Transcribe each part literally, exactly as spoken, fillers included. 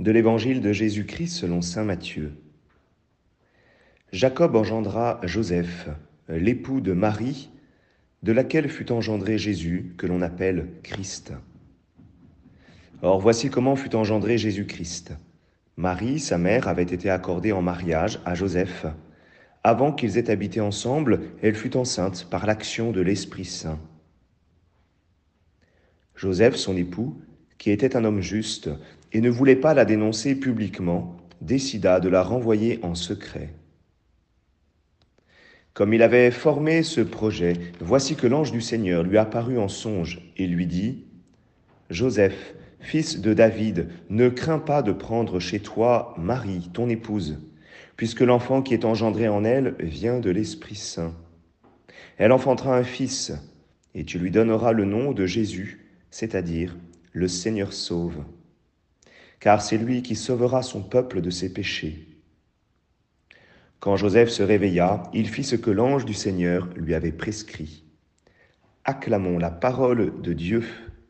De l'Évangile de Jésus-Christ selon saint Matthieu. Jacob engendra Joseph, l'époux de Marie, de laquelle fut engendré Jésus, que l'on appelle Christ. Or voici comment fut engendré Jésus-Christ. Marie, sa mère, avait été accordée en mariage à Joseph. Avant qu'ils aient habité ensemble, elle fut enceinte par l'action de l'Esprit Saint. Joseph, son époux, qui était un homme juste et ne voulait pas la dénoncer publiquement, décida de la renvoyer en secret. Comme il avait formé ce projet, voici que l'ange du Seigneur lui apparut en songe et lui dit : « Joseph, fils de David, ne crains pas de prendre chez toi Marie, ton épouse, puisque l'enfant qui est engendré en elle vient de l'Esprit Saint. Elle enfantera un fils, et tu lui donneras le nom de Jésus, c'est-à-dire le Seigneur sauve. Car c'est lui qui sauvera son peuple de ses péchés. » Quand Joseph se réveilla, il fit ce que l'ange du Seigneur lui avait prescrit. Acclamons la parole de Dieu.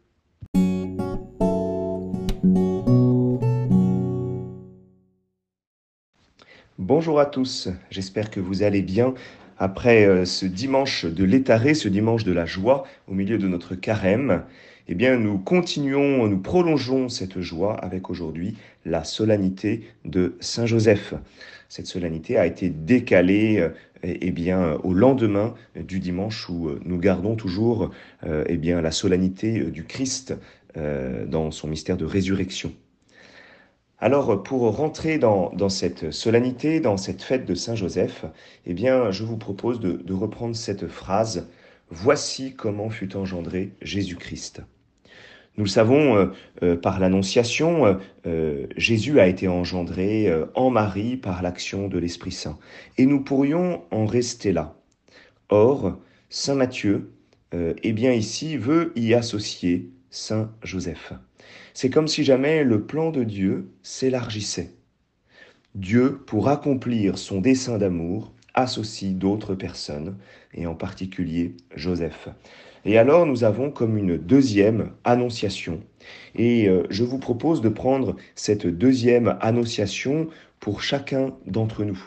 Bonjour à tous, j'espère que vous allez bien après euh, ce dimanche de l'étaré, ce dimanche de la joie au milieu de notre carême. Eh bien, nous continuons, nous prolongeons cette joie avec aujourd'hui la solennité de Saint Joseph. Cette solennité a été décalée euh, eh bien, au lendemain du dimanche où nous gardons toujours euh, eh bien, la solennité du Christ euh, dans son mystère de résurrection. Alors, pour rentrer dans, dans cette solennité, dans cette fête de Saint Joseph, eh bien, je vous propose de, de reprendre cette phrase « Voici comment fut engendré Jésus-Christ ». Nous le savons, euh, euh, par l'Annonciation, euh, euh, Jésus a été engendré euh, en Marie par l'action de l'Esprit Saint. Et nous pourrions en rester là. Or, Saint Matthieu, euh, eh bien ici, veut y associer Saint Joseph. C'est comme si jamais le plan de Dieu s'élargissait. Dieu, pour accomplir son dessein d'amour, associe d'autres personnes, et en particulier Joseph. Et alors nous avons comme une deuxième annonciation. Et euh, je vous propose de prendre cette deuxième annonciation pour chacun d'entre nous.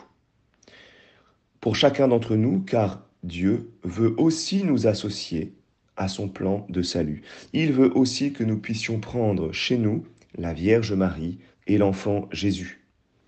Pour chacun d'entre nous, car Dieu veut aussi nous associer à son plan de salut. Il veut aussi que nous puissions prendre chez nous la Vierge Marie et l'enfant Jésus.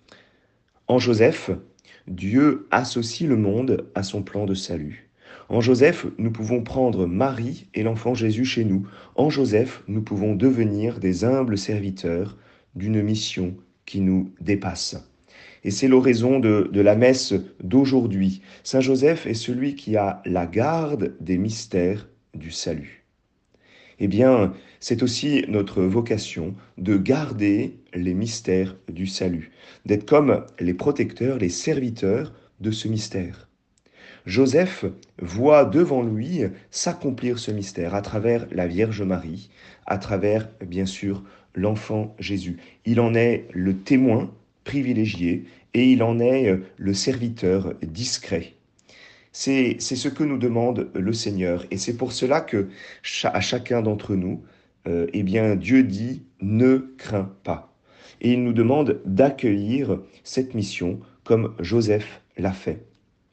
En Joseph, Dieu associe le monde à son plan de salut. En Joseph, nous pouvons prendre Marie et l'enfant Jésus chez nous. En Joseph, nous pouvons devenir des humbles serviteurs d'une mission qui nous dépasse. Et c'est l'oraison de, de la messe d'aujourd'hui. Saint Joseph est celui qui a la garde des mystères du salut. Eh bien, c'est aussi notre vocation de garder les mystères du salut, d'être comme les protecteurs, les serviteurs de ce mystère. Joseph voit devant lui s'accomplir ce mystère à travers la Vierge Marie, à travers, bien sûr, l'enfant Jésus. Il en est le témoin privilégié et il en est le serviteur discret. C'est, c'est ce que nous demande le Seigneur et c'est pour cela que à chacun d'entre nous, euh, eh bien, Dieu dit « ne crains pas ». Et il nous demande d'accueillir cette mission comme Joseph l'a fait.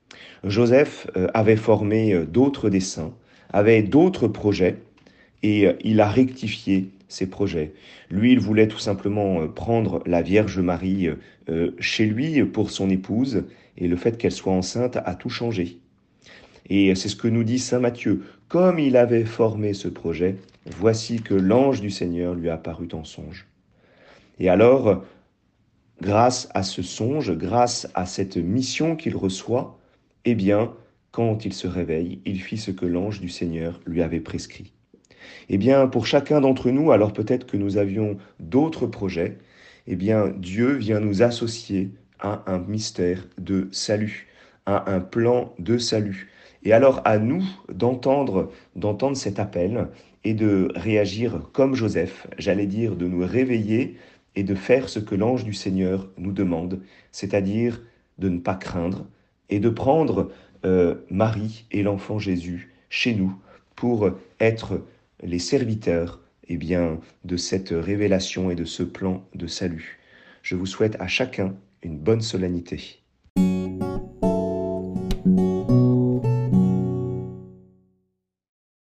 Joseph euh, avait formé euh, d'autres desseins, avait d'autres projets et euh, il a rectifié ses projets. Lui, il voulait tout simplement euh, prendre la Vierge Marie euh, chez lui pour son épouse et le fait qu'elle soit enceinte a tout changé. Et c'est ce que nous dit saint Matthieu. Comme il avait formé ce projet, voici que l'ange du Seigneur lui apparut en songe. Et alors, grâce à ce songe, grâce à cette mission qu'il reçoit, eh bien, quand il se réveille, il fit ce que l'ange du Seigneur lui avait prescrit. Eh bien, pour chacun d'entre nous, alors peut-être que nous avions d'autres projets, eh bien, Dieu vient nous associer à un mystère de salut, à un plan de salut. Et alors à nous d'entendre, d'entendre cet appel et de réagir comme Joseph, j'allais dire de nous réveiller et de faire ce que l'ange du Seigneur nous demande, c'est-à-dire de ne pas craindre et de prendre euh, Marie et l'enfant Jésus chez nous pour être les serviteurs eh bien, de cette révélation et de ce plan de salut. Je vous souhaite à chacun une bonne solennité.